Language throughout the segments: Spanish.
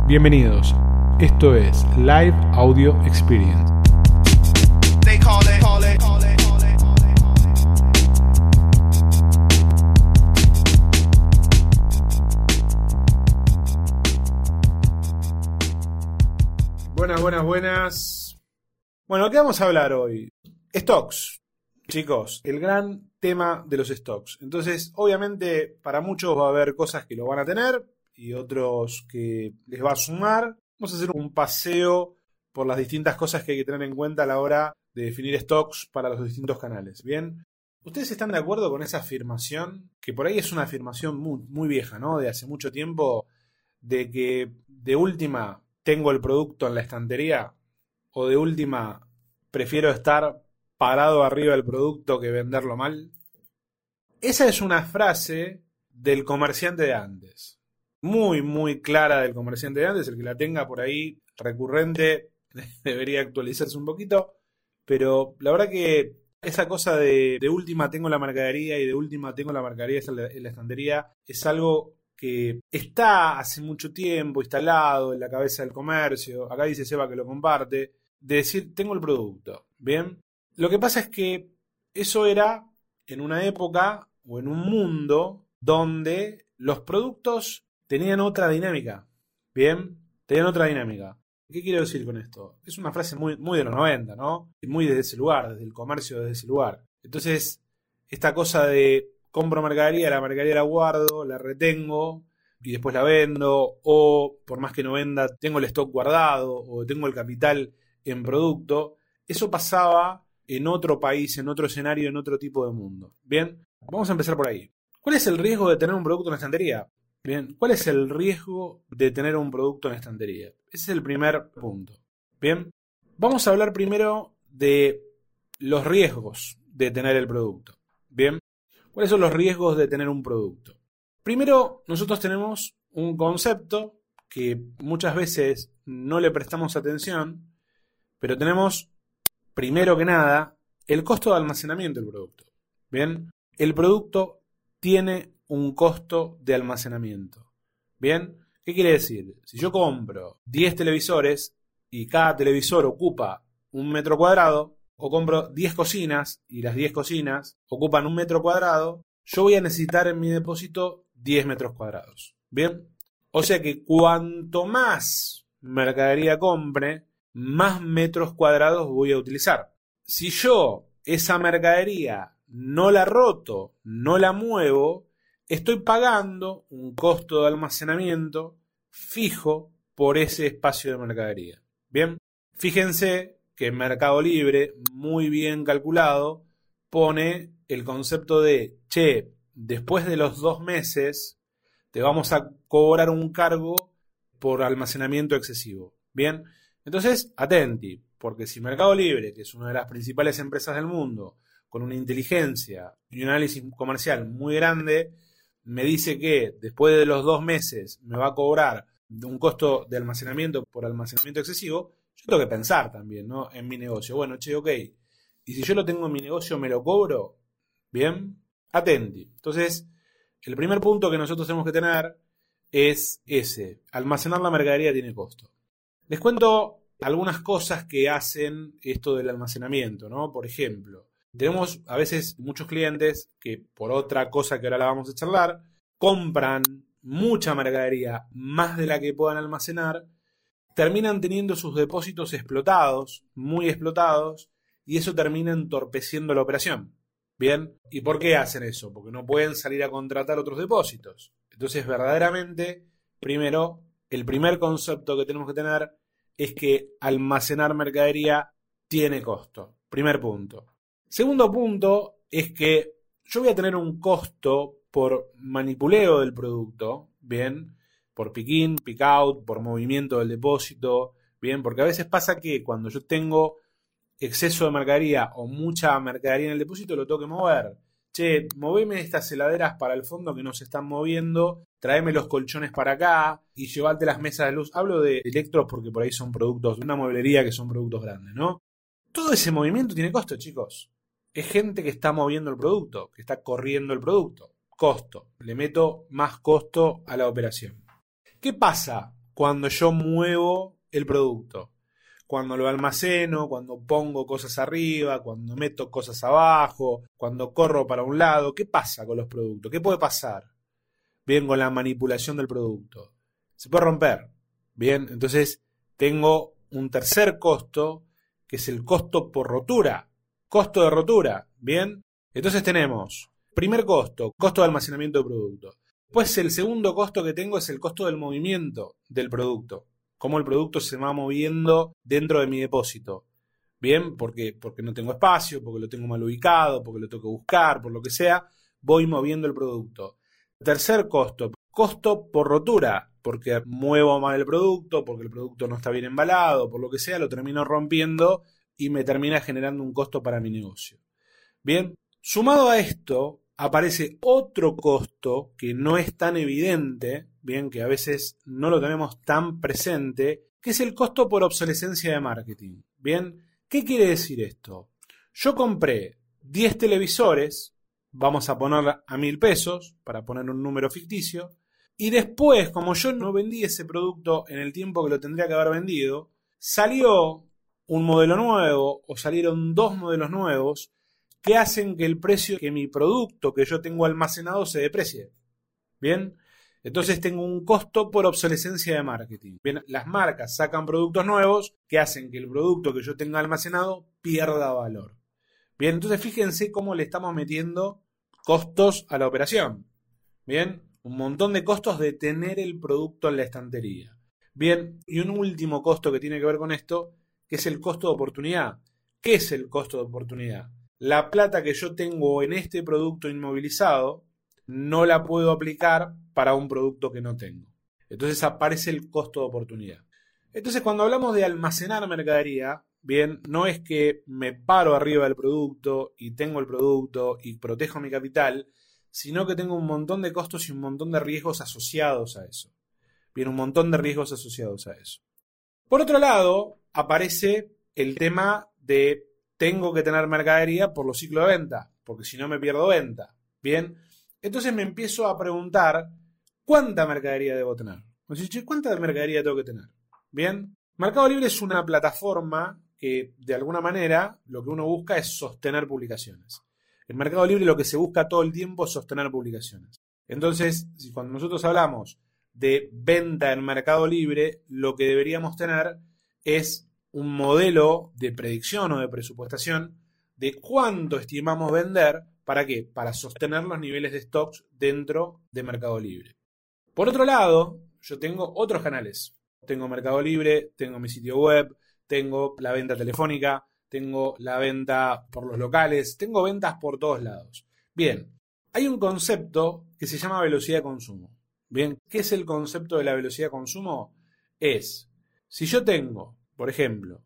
Bienvenidos, esto es Live Audio Experience. Buenas. Bueno, ¿qué vamos a hablar hoy? Stocks, chicos, el gran tema de los stocks. Entonces, obviamente, para muchos va a haber cosas que lo van a tener y otros que les va a sumar. Vamos a hacer un paseo por las distintas cosas que hay que tener en cuenta a la hora de definir stocks para los distintos canales. ¿Bien? ¿Ustedes están de acuerdo con esa afirmación? Que por ahí es una afirmación muy vieja, ¿no? De hace mucho tiempo, de que de última tengo el producto en la estantería o de última prefiero estar parado arriba del producto que venderlo mal. Esa es una frase del comerciante de antes. Muy clara del comerciante de antes. El que la tenga por ahí recurrente debería actualizarse un poquito. Pero la verdad que esa cosa de última tengo la mercadería y de última tengo la mercadería en la estantería es algo que está hace mucho tiempo instalado en la cabeza del comercio. Acá dice Seba que lo comparte. De decir, tengo el producto. ¿Bien? Lo que pasa es que eso era en una época o en un mundo donde los productos tenían otra dinámica. ¿Bien? Tenían otra dinámica. ¿Qué quiero decir con esto? Es una frase muy de los 90, ¿no? Y muy desde ese lugar, desde el comercio, desde ese lugar. Entonces, esta cosa de compro mercadería, la mercadería la guardo, la retengo y después la vendo, o por más que no venda, tengo el stock guardado o tengo el capital en producto. Eso pasaba en otro país, en otro escenario, en otro tipo de mundo. Bien, vamos a empezar por ahí. ¿Cuál es el riesgo de tener un producto en la estantería? Bien, ¿cuál es el riesgo de tener un producto en la estantería? Ese es el primer punto. Bien, vamos a hablar primero de los riesgos de tener el producto. Bien, ¿cuáles son los riesgos de tener un producto? Primero, nosotros tenemos un concepto que muchas veces no le prestamos atención, pero tenemos, primero que nada, el costo de almacenamiento del producto. Bien, el producto tiene un costo de almacenamiento. Bien, ¿qué quiere decir? Si yo compro 10 televisores y cada televisor ocupa 1 metro cuadrado, o compro 10 cocinas y las 10 cocinas ocupan 1 metro cuadrado, yo voy a necesitar en mi depósito 10 metros cuadrados. Bien, o sea que cuanto más mercadería compre, más metros cuadrados voy a utilizar. Si yo esa mercadería no la roto, no la muevo, estoy pagando un costo de almacenamiento fijo por ese espacio de mercadería. Bien, fíjense que en Mercado Libre, muy bien calculado, pone el concepto de, che, después de los 2 meses te vamos a cobrar un cargo por almacenamiento excesivo. Bien, entonces, atenti, porque si Mercado Libre, que es una de las principales empresas del mundo, con una inteligencia y un análisis comercial muy grande, me dice que después de los 2 meses me va a cobrar un costo de almacenamiento por almacenamiento excesivo, yo tengo que pensar también, ¿no? En mi negocio. Bueno, che, ok, y si yo lo tengo en mi negocio, ¿me lo cobro? Bien, atenti. Entonces, el primer punto que nosotros tenemos que tener es ese: almacenar la mercadería tiene costo. Les cuento algunas cosas que hacen esto del almacenamiento, ¿no? Por ejemplo, tenemos a veces muchos clientes que, por otra cosa que ahora la vamos a charlar, compran mucha mercadería, más de la que puedan almacenar, terminan teniendo sus depósitos explotados, muy explotados, y eso termina entorpeciendo la operación. ¿Bien? ¿Y por qué hacen eso? Porque no pueden salir a contratar otros depósitos. Entonces, verdaderamente, primero, el primer concepto que tenemos que tener es que almacenar mercadería tiene costo. Primer punto. Segundo punto es que yo voy a tener un costo por manipuleo del producto, ¿bien? Por pick-in, pick-out, por movimiento del depósito, ¿bien? Porque a veces pasa que cuando yo tengo exceso de mercadería o mucha mercadería en el depósito, lo tengo que mover. Che, moveme estas heladeras para el fondo que no se están moviendo, tráeme los colchones para acá y llevarte las mesas de luz. Hablo de electros porque por ahí son productos de una mueblería que son productos grandes, ¿no? Todo ese movimiento tiene costo, chicos. Es gente que está moviendo el producto, que está corriendo el producto. Costo. Le meto más costo a la operación. ¿Qué pasa cuando yo muevo el producto. Cuando lo almaceno, cuando pongo cosas arriba, cuando meto cosas abajo, cuando corro para un lado. ¿Qué pasa con los productos? ¿Qué puede pasar? Bien, con la manipulación del producto. Se puede romper. Bien, entonces tengo un tercer costo, que es el costo por rotura. Costo de rotura. Bien, entonces tenemos, primer costo, costo de almacenamiento de producto. Pues el segundo costo que tengo es el costo del movimiento del producto. Cómo el producto se va moviendo dentro de mi depósito. Bien, porque no tengo espacio, porque lo tengo mal ubicado, porque lo tengo que buscar, por lo que sea, voy moviendo el producto. Tercer costo, costo por rotura, porque muevo mal el producto, porque el producto no está bien embalado, por lo que sea, lo termino rompiendo y me termina generando un costo para mi negocio. Bien, sumado a esto, aparece otro costo que no es tan evidente, bien, que a veces no lo tenemos tan presente, que es el costo por obsolescencia de marketing. Bien, ¿qué quiere decir esto? Yo compré 10 televisores, vamos a poner a 1.000 pesos, para poner un número ficticio, y después, como yo no vendí ese producto en el tiempo que lo tendría que haber vendido, salió un modelo nuevo o salieron 2 modelos nuevos que hacen que el precio que mi producto que yo tengo almacenado se deprecie. Bien, entonces tengo un costo por obsolescencia de marketing. Bien, las marcas sacan productos nuevos que hacen que el producto que yo tenga almacenado pierda valor. Bien, entonces fíjense cómo le estamos metiendo costos a la operación. Bien, un montón de costos de tener el producto en la estantería. Bien, y un último costo que tiene que ver con esto, que es el costo de oportunidad. ¿Qué es el costo de oportunidad? La plata que yo tengo en este producto inmovilizado no la puedo aplicar para un producto que no tengo. Entonces aparece el costo de oportunidad. Entonces cuando hablamos de almacenar mercadería, bien, no es que me paro arriba del producto y tengo el producto y protejo mi capital, sino que tengo un montón de costos y un montón de riesgos asociados a eso. Bien, un montón de riesgos asociados a eso. Por otro lado, aparece el tema de tengo que tener mercadería por los ciclos de venta, porque si no me pierdo venta. Bien, entonces me empiezo a preguntar ¿cuánta mercadería debo tener? ¿Cuánta mercadería tengo que tener? Bien, Mercado Libre es una plataforma que de alguna manera lo que uno busca es sostener publicaciones. En Mercado Libre lo que se busca todo el tiempo es sostener publicaciones. Entonces, si cuando nosotros hablamos de venta en Mercado Libre, lo que deberíamos tener es un modelo de predicción o de presupuestación de cuánto estimamos vender. ¿Para qué? Para sostener los niveles de stocks dentro de Mercado Libre. Por otro lado, yo tengo otros canales. Tengo Mercado Libre, tengo mi sitio web, tengo la venta telefónica, tengo la venta por los locales, tengo ventas por todos lados. Bien, hay un concepto que se llama velocidad de consumo. Bien, ¿qué es el concepto de la velocidad de consumo? Es, si yo tengo, por ejemplo,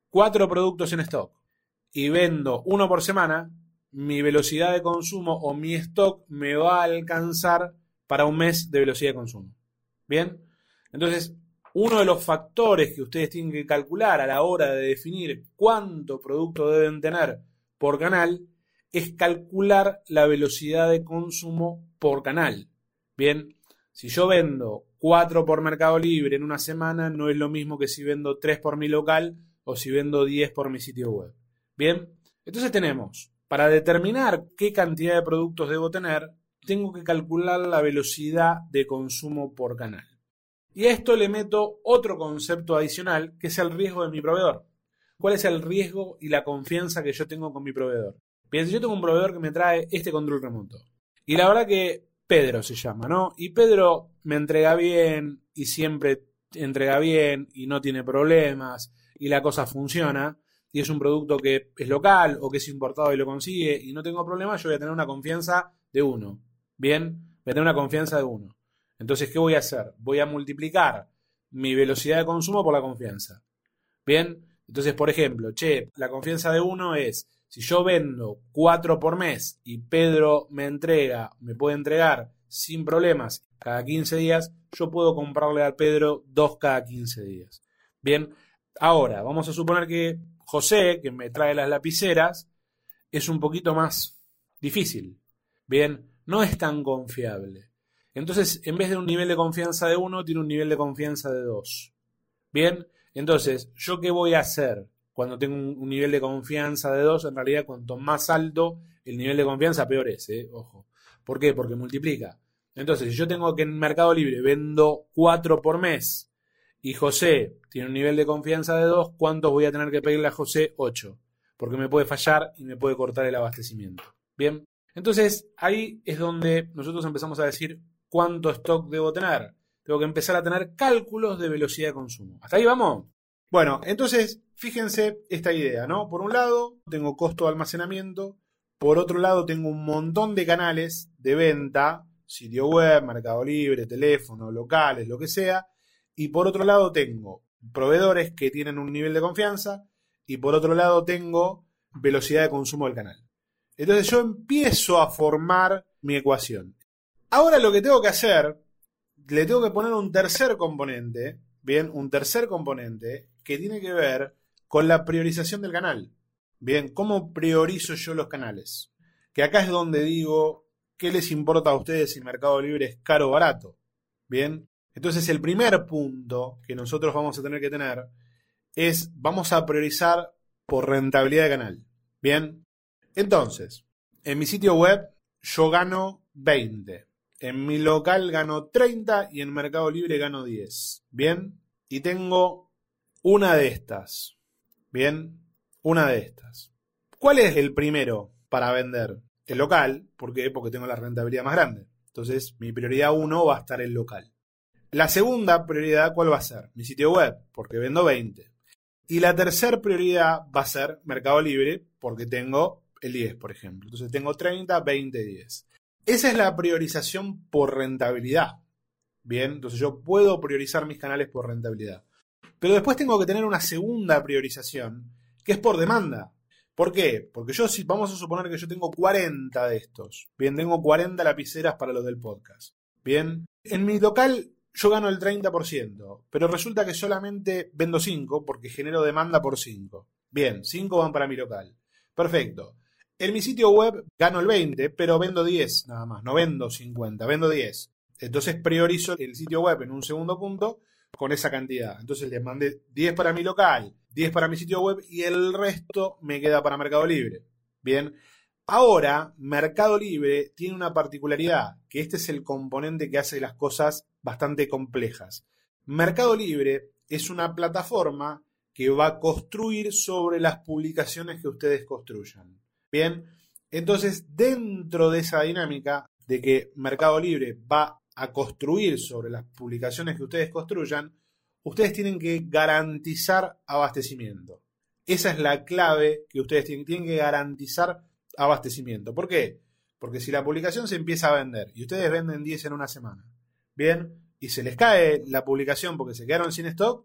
4 productos en stock y vendo 1 por semana, mi velocidad de consumo o mi stock me va a alcanzar para un mes de velocidad de consumo. Bien, entonces uno de los factores que ustedes tienen que calcular a la hora de definir cuánto producto deben tener por canal es calcular la velocidad de consumo por canal. Bien, si yo vendo 4 por Mercado Libre en una semana, no es lo mismo que si vendo 3 por mi local o si vendo 10 por mi sitio web. Bien, entonces tenemos, para determinar qué cantidad de productos debo tener, tengo que calcular la velocidad de consumo por canal. Y a esto le meto otro concepto adicional, que es el riesgo de mi proveedor. ¿Cuál es el riesgo y la confianza que yo tengo con mi proveedor? Bien, si yo tengo un proveedor que me trae este control remoto, y la verdad que Pedro se llama, ¿no? Y Pedro me entrega bien, y siempre entrega bien, y no tiene problemas, y la cosa funciona, y es un producto que es local, o que es importado y lo consigue, y no tengo problemas, yo voy a tener una confianza de 1. Bien, voy a tener una confianza de 1. Entonces, ¿qué voy a hacer? Voy a multiplicar mi velocidad de consumo por la confianza. Bien, entonces, por ejemplo, la confianza de 1 es, si yo vendo 4 por mes y Pedro me puede entregar sin problemas cada 15 días, yo puedo comprarle a Pedro 2 cada 15 días. Bien, ahora vamos a suponer que José, que me trae las lapiceras, es un poquito más difícil. Bien, no es tan confiable. Entonces, en vez de un nivel de confianza de 1, tiene un nivel de confianza de 2. Bien, entonces, ¿yo qué voy a hacer cuando tengo un nivel de confianza de 2? En realidad, cuanto más alto el nivel de confianza, peor es, ojo. ¿Por qué? Porque multiplica. Entonces, si yo tengo que en Mercado Libre vendo 4 por mes y José tiene un nivel de confianza de 2, ¿cuántos voy a tener que pedirle a José? 8. Porque me puede fallar y me puede cortar el abastecimiento. Bien, entonces ahí es donde nosotros empezamos a decir cuánto stock debo tener. Tengo que empezar a tener cálculos de velocidad de consumo. ¿Hasta ahí vamos? Bueno, entonces fíjense esta idea, ¿no? Por un lado tengo costo de almacenamiento, por otro lado tengo un montón de canales de venta, sitio web, Mercado Libre, teléfono, locales, lo que sea, y por otro lado tengo proveedores que tienen un nivel de confianza y por otro lado tengo velocidad de consumo del canal. Entonces yo empiezo a formar mi ecuación. Ahora lo que tengo que hacer, le tengo que poner un tercer componente, bien, un tercer componente que tiene que ver con la priorización del canal. Bien, ¿cómo priorizo yo los canales? Que acá es donde digo, ¿qué les importa a ustedes si Mercado Libre es caro o barato? Bien, entonces el primer punto que nosotros vamos a tener que tener es, vamos a priorizar por rentabilidad de canal. Bien, entonces, en mi sitio web yo gano 20. En mi local gano 30 y en Mercado Libre gano 10. Bien, y tengo una de estas. Bien, una de estas. ¿Cuál es el primero para vender? El local. ¿Por qué? Porque tengo la rentabilidad más grande. Entonces, mi prioridad 1 va a estar el local. La segunda prioridad, ¿cuál va a ser? Mi sitio web, porque vendo 20. Y la tercera prioridad va a ser Mercado Libre, porque tengo el 10, por ejemplo. Entonces tengo 30, 20, 10. Esa es la priorización por rentabilidad. Bien, entonces yo puedo priorizar mis canales por rentabilidad. Pero después tengo que tener una segunda priorización, que es por demanda. ¿Por qué? Porque yo, si vamos a suponer que yo tengo 40 de estos. Bien, tengo 40 lapiceras para los del podcast. Bien, en mi local yo gano el 30%, pero resulta que solamente vendo 5 porque genero demanda por 5. Bien, 5 van para mi local. Perfecto. En mi sitio web gano el 20, pero vendo 10 nada más. No vendo 50, vendo 10. Entonces priorizo el sitio web en un segundo punto con esa cantidad. Entonces les mandé 10 para mi local, 10 para mi sitio web y el resto me queda para Mercado Libre. Bien. Ahora, Mercado Libre tiene una particularidad, que este es el componente que hace las cosas bastante complejas. Mercado Libre es una plataforma que va a construir sobre las publicaciones que ustedes construyan. Bien, entonces dentro de esa dinámica de que Mercado Libre va a construir sobre las publicaciones que ustedes construyan, ustedes tienen que garantizar abastecimiento. Esa es la clave que ustedes tienen que garantizar abastecimiento. ¿Por qué? Porque si la publicación se empieza a vender y ustedes venden 10 en una semana, bien, y se les cae la publicación porque se quedaron sin stock,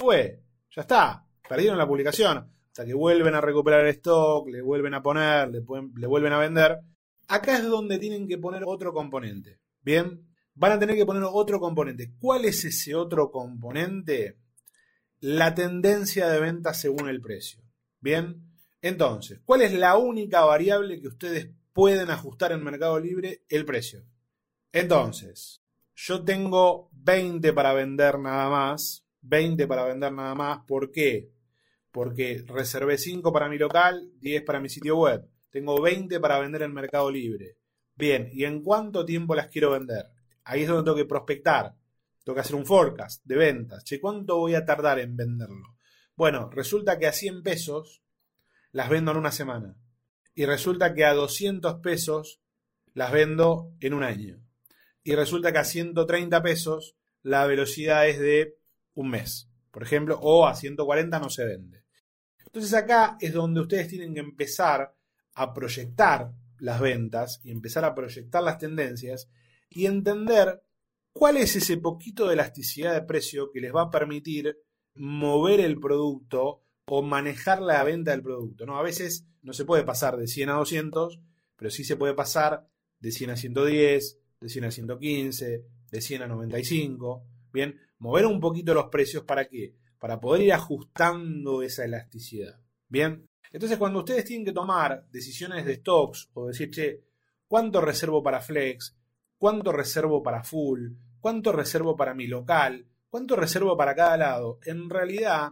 ya está, perdieron la publicación, hasta que vuelven a recuperar el stock, le vuelven a poner, le vuelven a vender. Acá es donde tienen que poner otro componente, bien, van a tener que poner otro componente. ¿Cuál es ese otro componente? La tendencia de venta según el precio, bien. Entonces, ¿cuál es la única variable que ustedes pueden ajustar en Mercado Libre? El precio. Entonces, yo tengo 20 para vender nada más. 20 para vender nada más. ¿Por qué? Porque reservé 5 para mi local, 10 para mi sitio web. Tengo 20 para vender en Mercado Libre. Bien, ¿y en cuánto tiempo las quiero vender? Ahí es donde tengo que prospectar. Tengo que hacer un forecast de ventas. Che, ¿cuánto voy a tardar en venderlo? Bueno, resulta que a 100 pesos las vendo en una semana. Y resulta que a 200 pesos las vendo en un año. Y resulta que a 130 pesos la velocidad es de un mes, por ejemplo, o a 140 no se vende. Entonces acá es donde ustedes tienen que empezar a proyectar las ventas y empezar a proyectar las tendencias y entender cuál es ese poquito de elasticidad de precio que les va a permitir mover el producto o manejar la venta del producto, ¿no? A veces no se puede pasar de 100 a 200, pero sí se puede pasar de 100 a 110, de 100 a 115, de 100 a 95. Bien, mover un poquito los precios, ¿para qué? Para poder ir ajustando esa elasticidad. Bien, entonces cuando ustedes tienen que tomar decisiones de stocks o decir, che, ¿cuánto reservo para flex? cuánto reservo para full, cuánto reservo para mi local, cuánto reservo para cada lado. En realidad,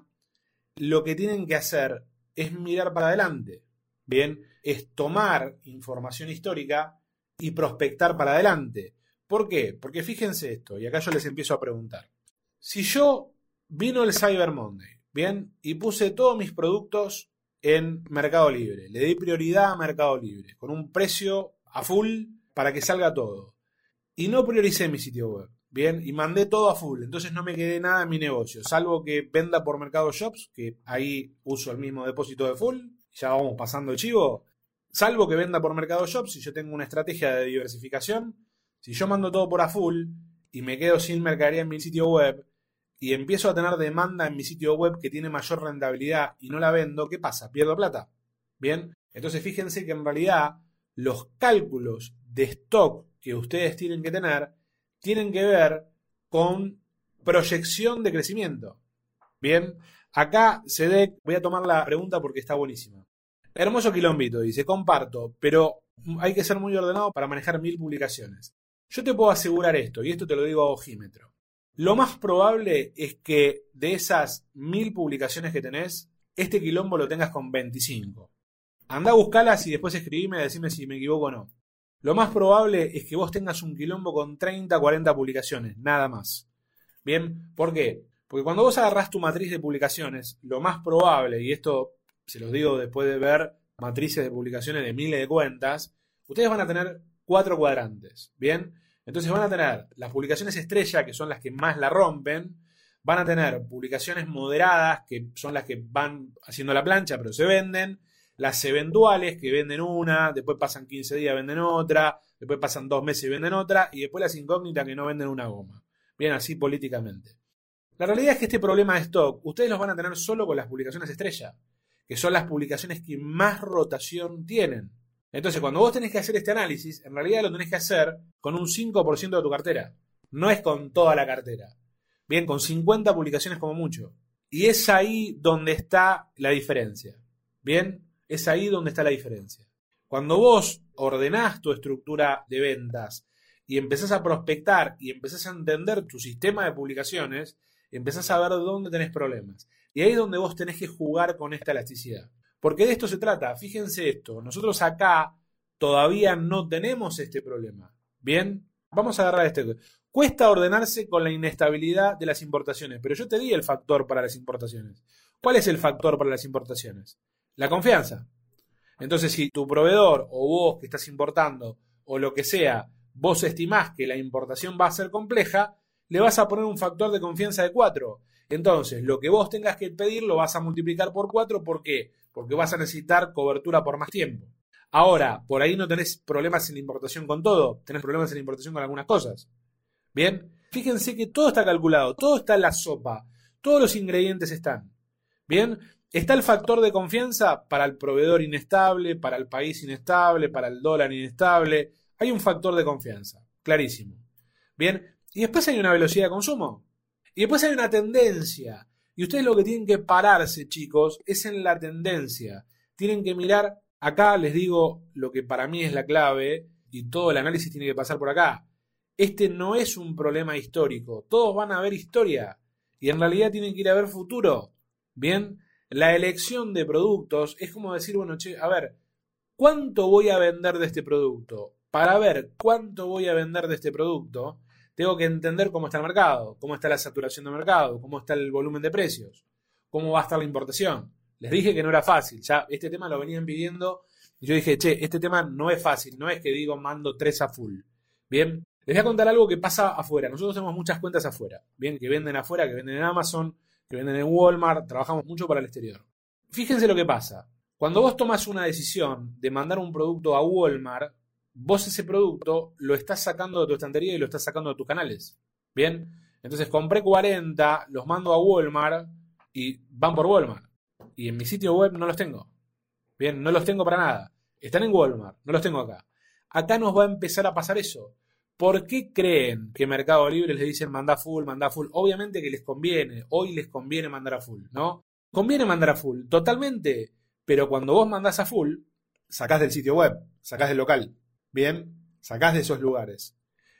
lo que tienen que hacer es mirar para adelante. Bien, es tomar información histórica y prospectar para adelante. ¿Por qué? Porque fíjense esto, y acá yo les empiezo a preguntar. Si yo vino el Cyber Monday, bien, y puse todos mis productos en Mercado Libre, le di prioridad a Mercado Libre, con un precio a full para que salga todo, y no prioricé mi sitio web, bien, y mandé todo a full, entonces no me quedé nada en mi negocio, salvo que venda por Mercado Shops, que ahí uso el mismo depósito de full, ya vamos pasando el chivo, salvo que venda por Mercado Shops, si yo tengo una estrategia de diversificación, si yo mando todo por a full y me quedo sin mercadería en mi sitio web y empiezo a tener demanda en mi sitio web que tiene mayor rentabilidad y no la vendo, ¿qué pasa? Pierdo plata. Bien, entonces fíjense que en realidad los cálculos de stock que ustedes tienen que tener tienen que ver con proyección de crecimiento. Bien, acá Sedec, voy a tomar la pregunta porque está buenísima. Hermoso quilombito, dice, comparto, pero hay que ser muy ordenado para manejar 1000 publicaciones. Yo te puedo asegurar esto, y esto te lo digo a ojímetro. Lo más probable es que de esas 1000 publicaciones que tenés, este quilombo lo tengas con 25. Andá a buscarlas y después escribime y decime si me equivoco o no. Lo más probable es que vos tengas un quilombo con 30, 40 publicaciones, nada más. ¿Bien? ¿Por qué? Porque cuando vos agarrás tu matriz de publicaciones, lo más probable, y esto se los digo después de ver matrices de publicaciones de miles de cuentas, ustedes van a tener 4 cuadrantes, ¿bien? Entonces van a tener las publicaciones estrella, que son las que más la rompen, van a tener publicaciones moderadas, que son las que van haciendo la plancha, pero se venden, las eventuales, que venden una, después pasan 15 días, venden otra, después pasan 2 meses y venden otra, y después las incógnitas que no venden una goma. Bien, así políticamente. La realidad es que este problema de stock, ustedes los van a tener solo con las publicaciones estrella, que son las publicaciones que más rotación tienen. Entonces, cuando vos tenés que hacer este análisis, en realidad lo tenés que hacer con un 5% de tu cartera. No es con toda la cartera. Bien, con 50 publicaciones como mucho. Y es ahí donde está la diferencia. Bien, es ahí donde está la diferencia. Cuando vos ordenás tu estructura de ventas y empezás a prospectar y empezás a entender tu sistema de publicaciones, empezás a ver dónde tenés problemas. Y ahí es donde vos tenés que jugar con esta elasticidad. Porque de esto se trata. Fíjense esto. Nosotros acá todavía no tenemos este problema. Bien, vamos a agarrar este. Cuesta ordenarse con la inestabilidad de las importaciones. Pero yo te di el factor para las importaciones. ¿Cuál es el factor para las importaciones? La confianza. Entonces, si tu proveedor o vos que estás importando o lo que sea, vos estimás que la importación va a ser compleja, le vas a poner un factor de confianza de 4. Entonces, lo que vos tengas que pedir lo vas a multiplicar por 4. ¿Por qué? Porque vas a necesitar cobertura por más tiempo. Ahora, por ahí no tenés problemas en la importación con todo, tenés problemas en la importación con algunas cosas. Bien, fíjense que todo está calculado, todo está en la sopa, todos los ingredientes están. Bien, está el factor de confianza para el proveedor inestable, para el país inestable, para el dólar inestable. Hay un factor de confianza, clarísimo. Bien, y después hay una velocidad de consumo. Y después hay una tendencia. Y ustedes lo que tienen que pararse, chicos, es en la tendencia. Tienen que mirar, acá les digo lo que para mí es la clave, y todo el análisis tiene que pasar por acá. Este no es un problema histórico. Todos van a ver historia. Y en realidad tienen que ir a ver futuro. Bien, la elección de productos es como decir, bueno, che, a ver, ¿cuánto voy a vender de este producto? Para ver cuánto voy a vender de este producto, tengo que entender cómo está el mercado, cómo está la saturación de mercado, cómo está el volumen de precios, cómo va a estar la importación. Les dije que no era fácil, ya este tema lo venían pidiendo y yo dije, che, este tema no es fácil, no es que digo mando 3 a full. Bien, les voy a contar algo que pasa afuera. Nosotros tenemos muchas cuentas afuera, bien, que venden afuera, que venden en Amazon, que venden en Walmart, trabajamos mucho para el exterior. Fíjense lo que pasa. Cuando vos tomas una decisión de mandar un producto a Walmart, vos ese producto lo estás sacando de tu estantería y lo estás sacando de tus canales. Bien, entonces compré 40, los mando a Walmart y van por Walmart. Y en mi sitio web no los tengo. Bien, no los tengo para nada. Están en Walmart, no los tengo acá. Acá nos va a empezar a pasar eso. ¿Por qué creen que Mercado Libre les dicen mandá full, mandá full? Obviamente que les conviene, hoy les conviene mandar a full, ¿no? Conviene mandar a full, totalmente. Pero cuando vos mandás a full, sacás del sitio web, sacás del local. Bien, sacás de esos lugares.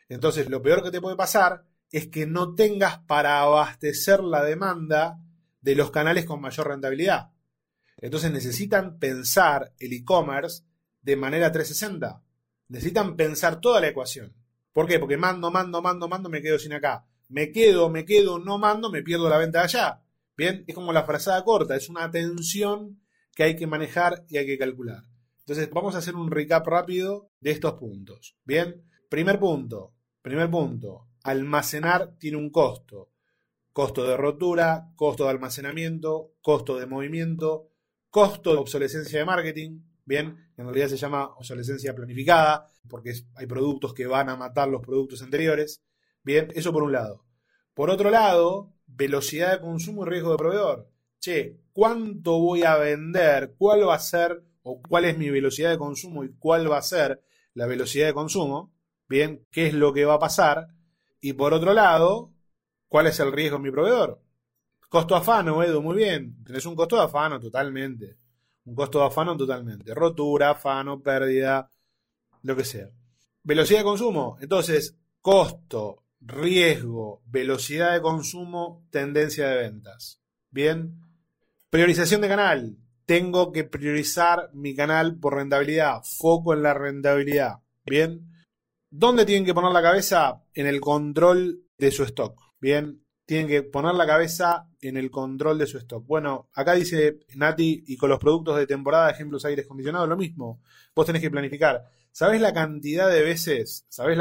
Entonces, lo peor que te puede pasar es que no tengas para abastecer la demanda de los canales con mayor rentabilidad. Entonces necesitan pensar el e-commerce de manera 360. Necesitan pensar toda la ecuación. ¿Por qué? Porque mando, me quedo sin acá. Me quedo, no mando, me pierdo la venta de allá. Bien, es como la frazada corta, es una tensión que hay que manejar y hay que calcular. Entonces, vamos a hacer un recap rápido de estos puntos. Bien, primer punto, almacenar tiene un costo. Costo de rotura, costo de almacenamiento, costo de movimiento, costo de obsolescencia de marketing. Bien, en realidad se llama obsolescencia planificada, porque hay productos que van a matar los productos anteriores. Bien, eso por un lado. Por otro lado, velocidad de consumo y riesgo de proveedor. Che, ¿cuánto voy a vender? ¿Cuál va a ser o cuál es mi velocidad de consumo y cuál va a ser la velocidad de consumo? Bien, ¿qué es lo que va a pasar? Y por otro lado, ¿cuál es el riesgo en mi proveedor? Costo afano, Edu, muy bien. Tenés un costo de afano totalmente. Rotura, afano, pérdida, lo que sea. Velocidad de consumo. Entonces, costo, riesgo, velocidad de consumo, tendencia de ventas. Bien. Priorización de canal. Tengo que priorizar mi canal por rentabilidad. Foco en la rentabilidad. Bien. ¿Dónde tienen que poner la cabeza? En el control de su stock. Bien. Tienen que poner la cabeza en el control de su stock. Bueno, acá dice Nati, y con los productos de temporada, ejemplos aires acondicionados, lo mismo. Vos tenés que planificar. ¿Sabés la cantidad de veces?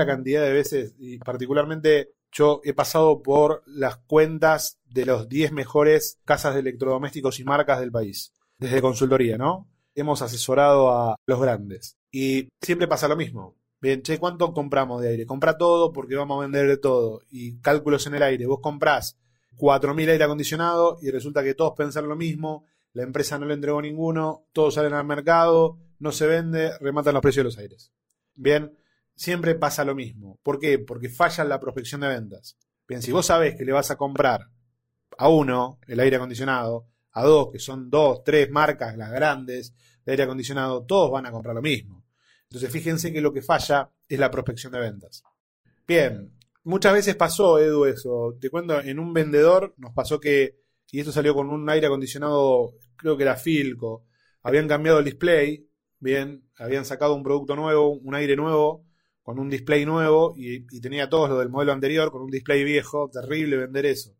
Y particularmente yo he pasado por las cuentas de los 10 mejores casas de electrodomésticos y marcas del país. Desde consultoría, ¿no? Hemos asesorado a los grandes. Y siempre pasa lo mismo. Bien, che, ¿cuánto compramos de aire? Comprá todo porque vamos a vender de todo. Y cálculos en el aire. Vos comprás 4.000 aire acondicionado y resulta que todos pensan lo mismo. La empresa no le entregó ninguno. Todos salen al mercado. No se vende. Rematan los precios de los aires. Bien, siempre pasa lo mismo. ¿Por qué? Porque falla la prospección de ventas. Bien, si vos sabés que le vas a comprar a uno el aire acondicionado, a dos, que son 2, 3 marcas, las grandes de aire acondicionado, todos van a comprar lo mismo. Entonces fíjense que lo que falla es la prospección de ventas. Bien, muchas veces pasó, Edu, eso. Te cuento, en un vendedor nos pasó que, y esto salió con un aire acondicionado, creo que era Philco, habían cambiado el display, bien, habían sacado un producto nuevo, un aire nuevo, con un display nuevo, y tenía todos lo del modelo anterior, con un display viejo. Terrible vender eso.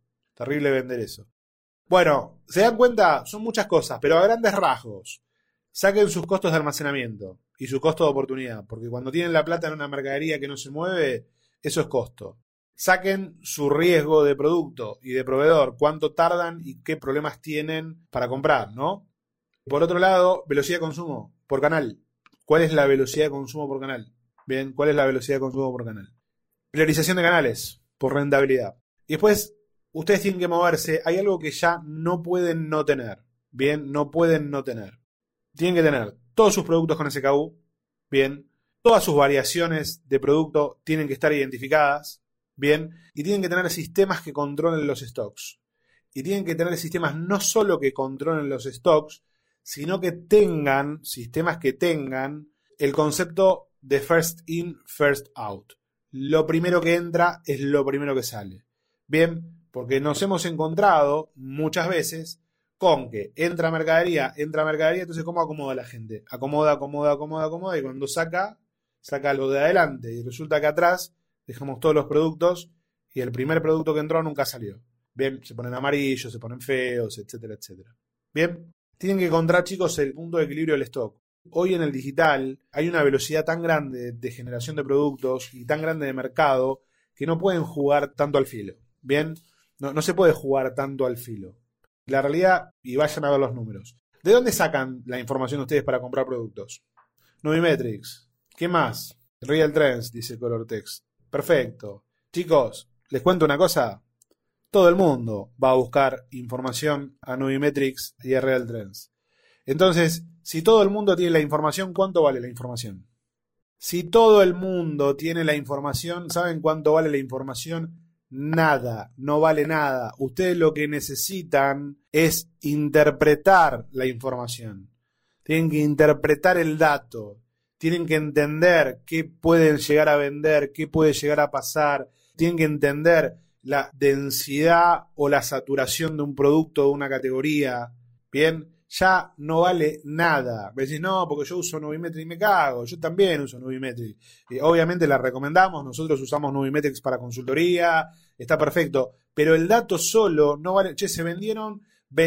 Bueno, se dan cuenta, son muchas cosas, pero a grandes rasgos. Saquen sus costos de almacenamiento y su costo de oportunidad, porque cuando tienen la plata en una mercadería que no se mueve, eso es costo. Saquen su riesgo de producto y de proveedor, cuánto tardan y qué problemas tienen para comprar, ¿no? Por otro lado, velocidad de consumo por canal. ¿Cuál es la velocidad de consumo por canal? Bien, ¿cuál es la velocidad de consumo por canal? Priorización de canales por rentabilidad. Y después, ustedes tienen que moverse. Hay algo que ya no pueden no tener. Bien, no pueden no tener. Tienen que tener todos sus productos con SKU, bien, todas sus variaciones de producto tienen que estar identificadas, bien, y tienen que tener sistemas que controlen los stocks. Y tienen que tener sistemas no solo que controlen los stocks, sino que tengan, sistemas que tengan el concepto de first in, first out. Lo primero que entra es lo primero que sale. Bien, porque nos hemos encontrado muchas veces con que entra mercadería, entonces ¿cómo acomoda la gente? Acomoda, y cuando saca lo de adelante, y resulta que atrás dejamos todos los productos y el primer producto que entró nunca salió. Bien, se ponen amarillos, se ponen feos, etcétera, etcétera. Bien, tienen que encontrar, chicos, el punto de equilibrio del stock. Hoy en el digital hay una velocidad tan grande de generación de productos y tan grande de mercado que no pueden jugar tanto al filo. Bien, no se puede jugar tanto al filo. La realidad, y vayan a ver los números. ¿De dónde sacan la información ustedes para comprar productos? Nubimetrics. ¿Qué más? Real Trends, dice Color Text. Perfecto. Chicos, les cuento una cosa. Todo el mundo va a buscar información a Nubimetrics y a Real Trends. Entonces, si todo el mundo tiene la información, ¿cuánto vale la información? Si todo el mundo tiene la información, ¿saben cuánto vale la información? Nada, no vale nada. Ustedes lo que necesitan es interpretar la información. Tienen que interpretar el dato. tienen que entender qué pueden llegar a vender, qué puede llegar a pasar, tienen que entender la densidad o la saturación de un producto, de una categoría, ¿bien? Ya no vale nada. Me decís, no, porque yo uso Nubimetrics y me cago. Yo también uso Nubimetrics. Obviamente la recomendamos, nosotros usamos Nubimetrics para consultoría, está perfecto. Pero el dato solo no vale. Che, se vendieron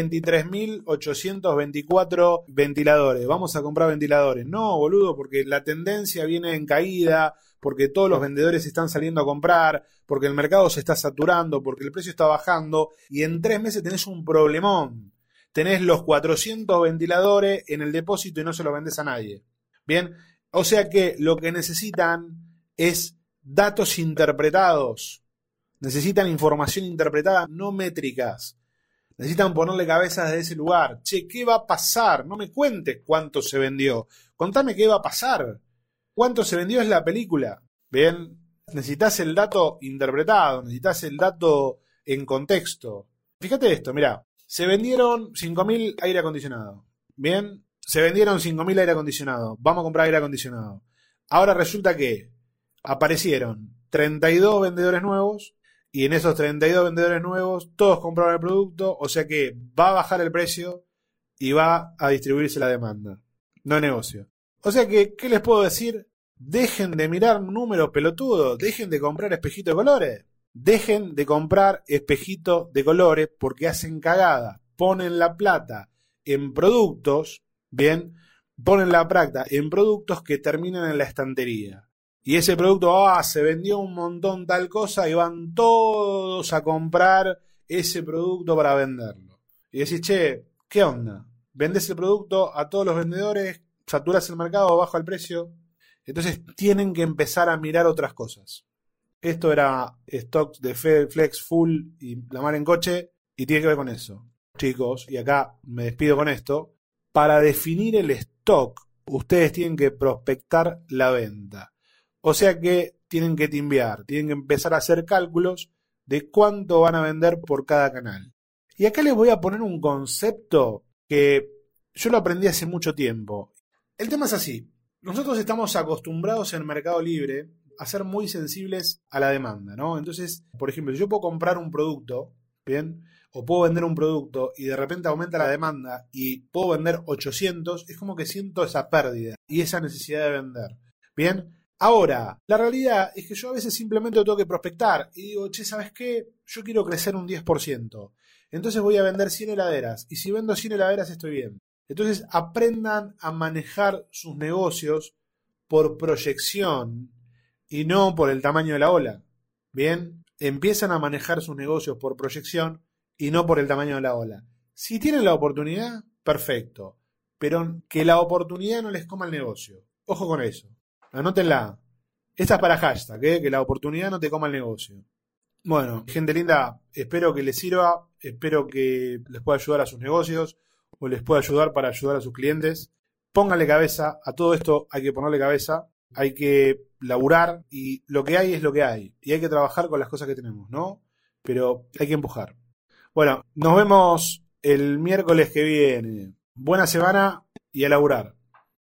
23.824 ventiladores. Vamos a comprar ventiladores. No, boludo, porque la tendencia viene en caída, porque todos los vendedores están saliendo a comprar, porque el mercado se está saturando, porque el precio está bajando, y en 3 meses tenés un problemón. Tenés los 400 ventiladores en el depósito y no se los vendés a nadie. Bien, o sea que lo que necesitan es datos interpretados. Necesitan información interpretada, no métricas. Necesitan ponerle cabezas de ese lugar. Che, ¿qué va a pasar? No me cuentes cuánto se vendió. Contame qué va a pasar. ¿Cuánto se vendió es la película? Bien, necesitas el dato interpretado, necesitas el dato en contexto. Fíjate esto, mirá. Se vendieron 5.000 aire acondicionado. Bien, se vendieron 5.000 aire acondicionado. Vamos a comprar aire acondicionado. Ahora resulta que aparecieron 32 vendedores nuevos y en esos 32 vendedores nuevos todos compraron el producto, o sea que va a bajar el precio y va a distribuirse la demanda. No hay negocio. O sea que, ¿qué les puedo decir? Dejen de mirar números pelotudos, dejen de comprar espejitos de colores. Dejen de comprar espejitos de colores porque hacen cagada. Ponen la plata en productos, bien, ponen la plata en productos que terminan en la estantería. Y ese producto, se vendió un montón tal cosa y van todos a comprar ese producto para venderlo. Y decís, che, ¿qué onda? Vendés el producto a todos los vendedores, saturas el mercado, baja el precio. Entonces tienen que empezar a mirar otras cosas. Esto era stocks de Flex Full y la mar en coche y tiene que ver con eso. Chicos, y acá me despido con esto. Para definir el stock, ustedes tienen que prospectar la venta. O sea que tienen que timbear, tienen que empezar a hacer cálculos de cuánto van a vender por cada canal. Y acá les voy a poner un concepto que yo lo aprendí hace mucho tiempo. El tema es así. Nosotros estamos acostumbrados en Mercado Libre a ser muy sensibles a la demanda, ¿no? Entonces, por ejemplo, si yo puedo comprar un producto, ¿bien? O puedo vender un producto y de repente aumenta la demanda y puedo vender 800, es como que siento esa pérdida y esa necesidad de vender, ¿bien? Ahora, la realidad es que yo a veces simplemente tengo que prospectar y digo, che, ¿sabes qué? Yo quiero crecer un 10%. Entonces voy a vender 100 heladeras y si vendo 100 heladeras estoy bien. Entonces aprendan a manejar sus negocios por proyección y no por el tamaño de la ola. Bien, empiezan a manejar sus negocios por proyección y no por el tamaño de la ola. Si tienen la oportunidad, perfecto. Pero que la oportunidad no les coma el negocio. Ojo con eso. Anótenla. Esta es para hashtag, que la oportunidad no te coma el negocio. Bueno, gente linda, espero que les sirva, espero que les pueda ayudar a sus negocios o les pueda ayudar para ayudar a sus clientes. Pónganle cabeza, a todo esto hay que ponerle cabeza, hay que laburar y lo que hay es lo que hay. Y hay que trabajar con las cosas que tenemos, ¿no? Pero hay que empujar. Bueno, nos vemos el miércoles que viene. Buena semana y a laburar.